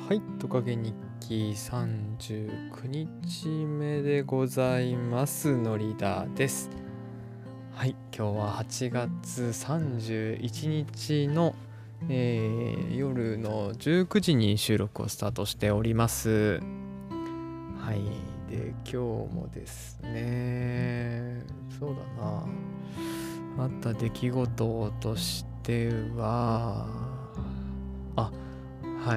はい、トカゲ日記39日目でございます。のりだです。はい、今日は8月31日の、夜の19時に収録をスタートしております。はい、で今日もですね、そうだな、あった出来事としては、はい、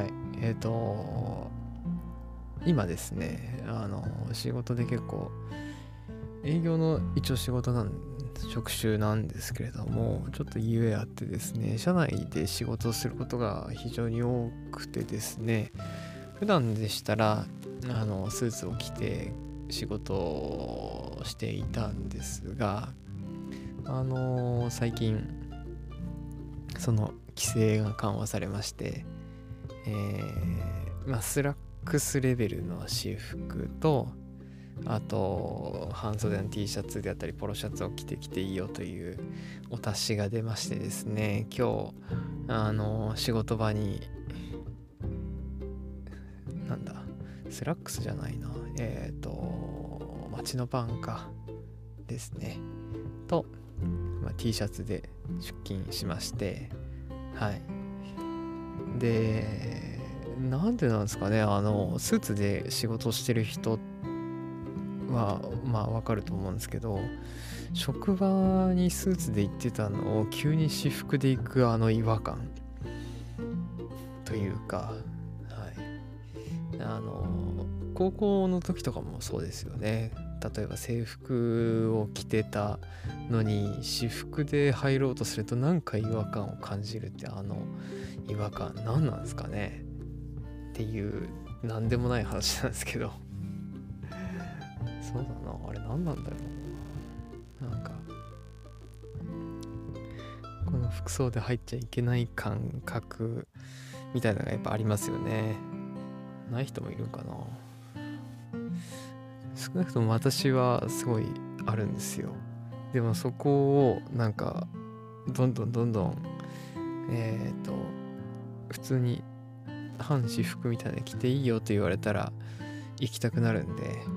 今ですね、仕事で結構営業の一応職種なんですけれども、ちょっとゆえあってですね、社内で仕事をすることが非常に多くてですね、普段でしたらスーツを着て仕事をしていたんですが、最近その規制が緩和されまして、スラックスレベルの私服と、あと半袖の T シャツであったりポロシャツを着てきていいよというお達しが出ましてですね、今日仕事場にスラックスじゃないな、街のパンかですねと、T シャツで出勤しまして、はい。で、なんでなんですかね、スーツで仕事してる人はわかると思うんですけど、職場にスーツで行ってたのを急に私服で行く違和感というか、はい、高校の時とかもそうですよね。例えば制服を着てたのに私服で入ろうとするとなんか違和感を感じるって、違和感何なんですかねっていう何でもない話なんですけど、そうだな、あれ何なんだろうな、なんかこの服装で入っちゃいけない感覚みたいなのがやっぱありますよね。ない人もいるかな。少なくとも私はすごいあるんですよ。でもそこをなんかどんどん普通に半私服みたいなの着ていいよと言われたら行きたくなるんで、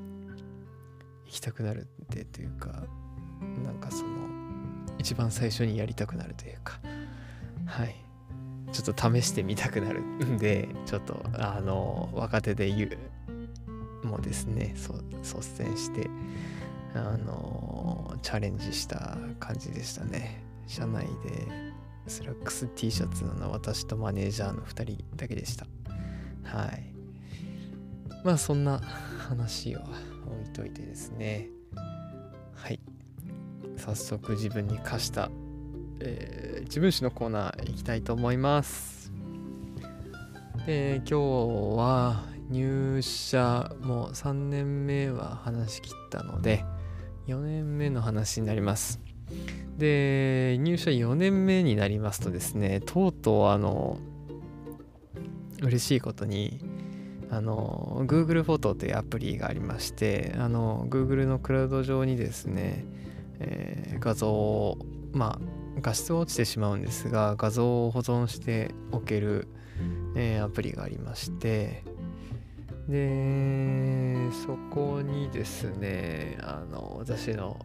というか、なんかその一番最初にやりたくなるというか、はい、ちょっと試してみたくなるんで、ちょっと若手で言うもですね、率先してチャレンジした感じでしたね。社内でスラックス T シャツなのは私とマネージャーの2人だけでした。はい。そんな話を置いといてですね、はい、早速自分に課した、自分史のコーナー行きたいと思います。で、今日は入社もう3年目は話し切ったので4年目の話になります。で、入社4年目になりますとですね、とうとう嬉しいことにGoogle フォトというアプリがありまして、Google のクラウド上にですね、画像を、画質は落ちてしまうんですが、画像を保存しておける、アプリがありまして、で、そこにですね、私の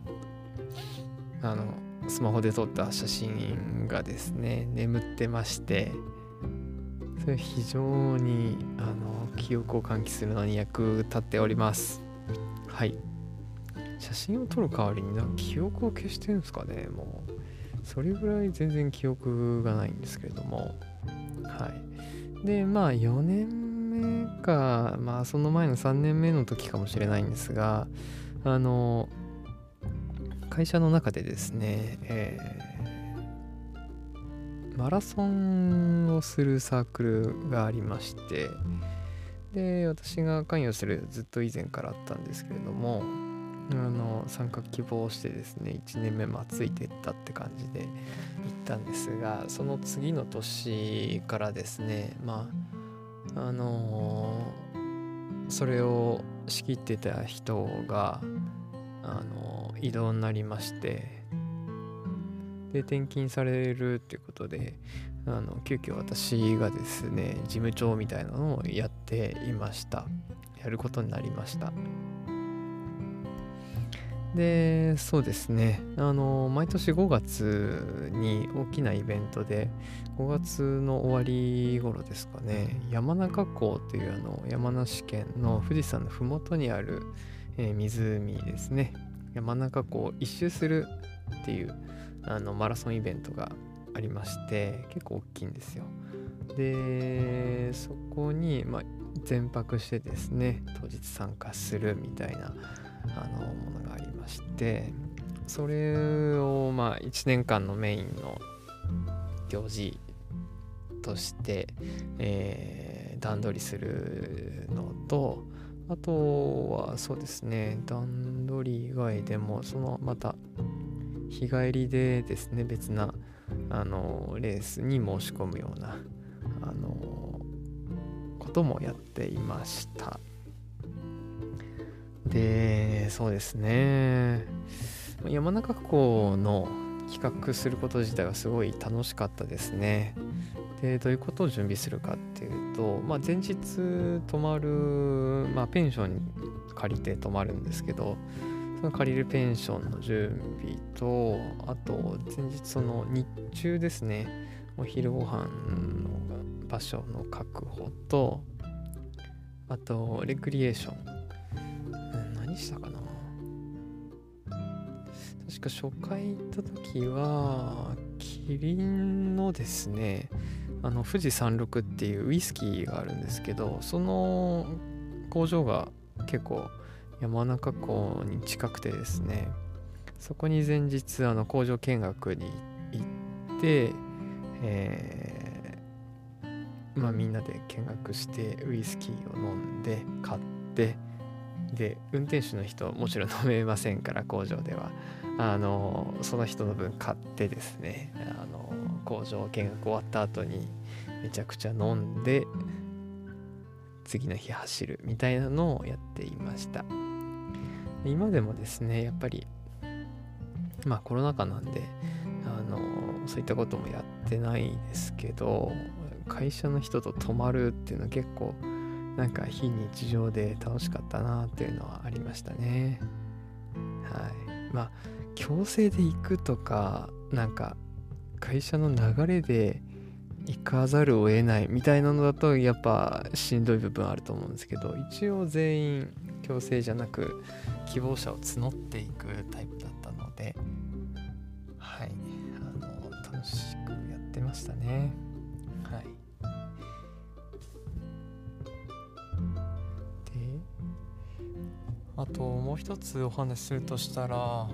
スマホで撮った写真がですね、眠ってまして、それ非常に記憶を喚起するのに役立っております。はい。写真を撮る代わりに記憶を消してるんですかね。もうそれぐらい全然記憶がないんですけれども、はい。で、4年目か、その前の3年目の時かもしれないんですが、会社の中でですね、マラソンをするサークルがありまして、で、私が関与するずっと以前からあったんですけれども、参加希望してですね、1年目ついてったって感じで行ったんですが、その次の年からですね、それを仕切ってた人が異動になりまして、 で転勤されるっていうことで急遽私がですね事務長みたいなのをやっていました。やることになりました。でそうですね毎年5月に大きなイベントで5月の終わり頃ですかね、山中湖という山梨県の富士山のふもとにある、湖ですね、山中湖を一周するっていうマラソンイベントがありまして、結構大きいんですよ。でそこに、全泊してですね当日参加するみたいなものがありまして、それを1年間のメインの行事として、段取りするのと、あとはそうですね段取り以外でもまた日帰りでですね別なレースに申し込むようなこともやっていました。でそうですね山中湖の企画すること自体はすごい楽しかったですね。でどういうことを準備するかっていうと、前日泊まる、ペンション借りて泊まるんですけど、その借りるペンションの準備と、あと前日日中ですねお昼ご飯の場所の確保と、あとレクリエーション、何したかな、確か初回行った時はキリンのですね富士山麓っていうウイスキーがあるんですけど、その工場が結構山中湖に近くてですね、そこに前日工場見学に行って、みんなで見学してウイスキーを飲んで買って、で運転手の人もちろん飲めませんから工場ではその人の分買ってですね工場見学終わった後にめちゃくちゃ飲んで次の日走るみたいなのをやっていました。今でもですねやっぱりコロナ禍なんでそういったこともやってないですけど、会社の人と泊まるっていうのは結構なんか非日常で楽しかったなっていうのはありましたね。はい。強制で行くとかなんか会社の流れで行かざるを得ないみたいなのだとやっぱしんどい部分あると思うんですけど、一応全員強制じゃなく希望者を募っていくタイプだったので、はい楽しくやってましたね。はい。であともう一つお話しするとしたら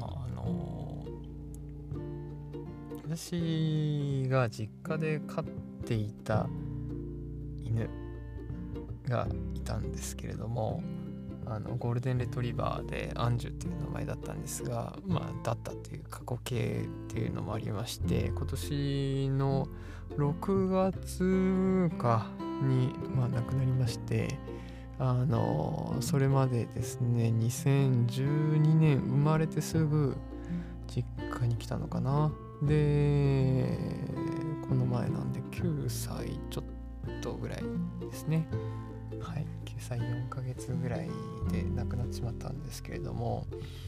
私が実家で飼っていた犬がいたんですけれども、ゴールデンレトリバーでアンジュっていう名前だったんですが、だったっていう過去形っていうのもありまして、今年の6月かに、亡くなりまして、それまでですね2012年生まれてすぐ実家に来たのかな。でこの前なんで9歳ちょっとぐらいですね。はい、9歳4ヶ月ぐらいで亡くなってしまったんですけれども、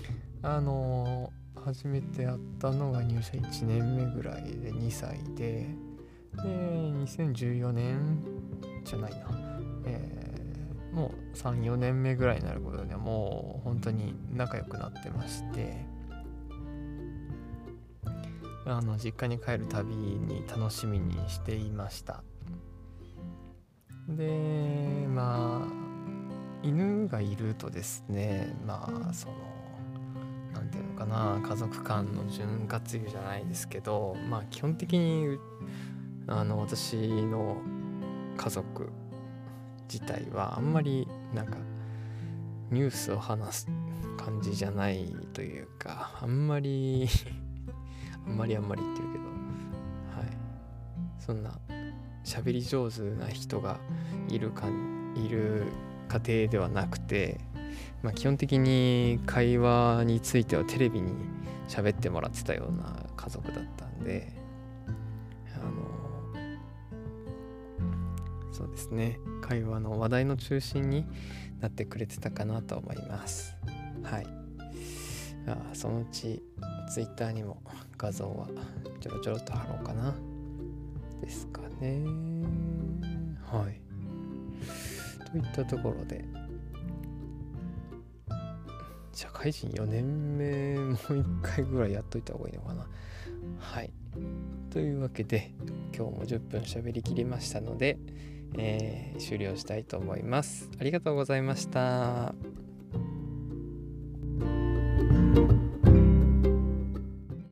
初めて会ったのが入社1年目ぐらいで2歳で、2014年じゃないな、もう 3,4 年目ぐらいになることでもう本当に仲良くなってまして、実家に帰るたびに楽しみにしていました。で犬がいるとですねなんていうのかな、家族間の潤滑油じゃないですけど、基本的に私の家族自体はあんまりなんかニュースを話す感じじゃないというか、あんまり言ってるけど、はい、そんな喋り上手な人がいる家庭ではなくて、基本的に会話についてはテレビに喋ってもらってたような家族だったんで、そうですね、会話の話題の中心になってくれてたかなと思います。はい。そのうちツイッターにも画像はちょろちょろっと貼ろうかなですかね。はい。といったところで、社会人4年目もう1回ぐらいやっといた方がいいのかな。はい。というわけで今日も10分喋りきりましたので、終了したいと思います。ありがとうございました。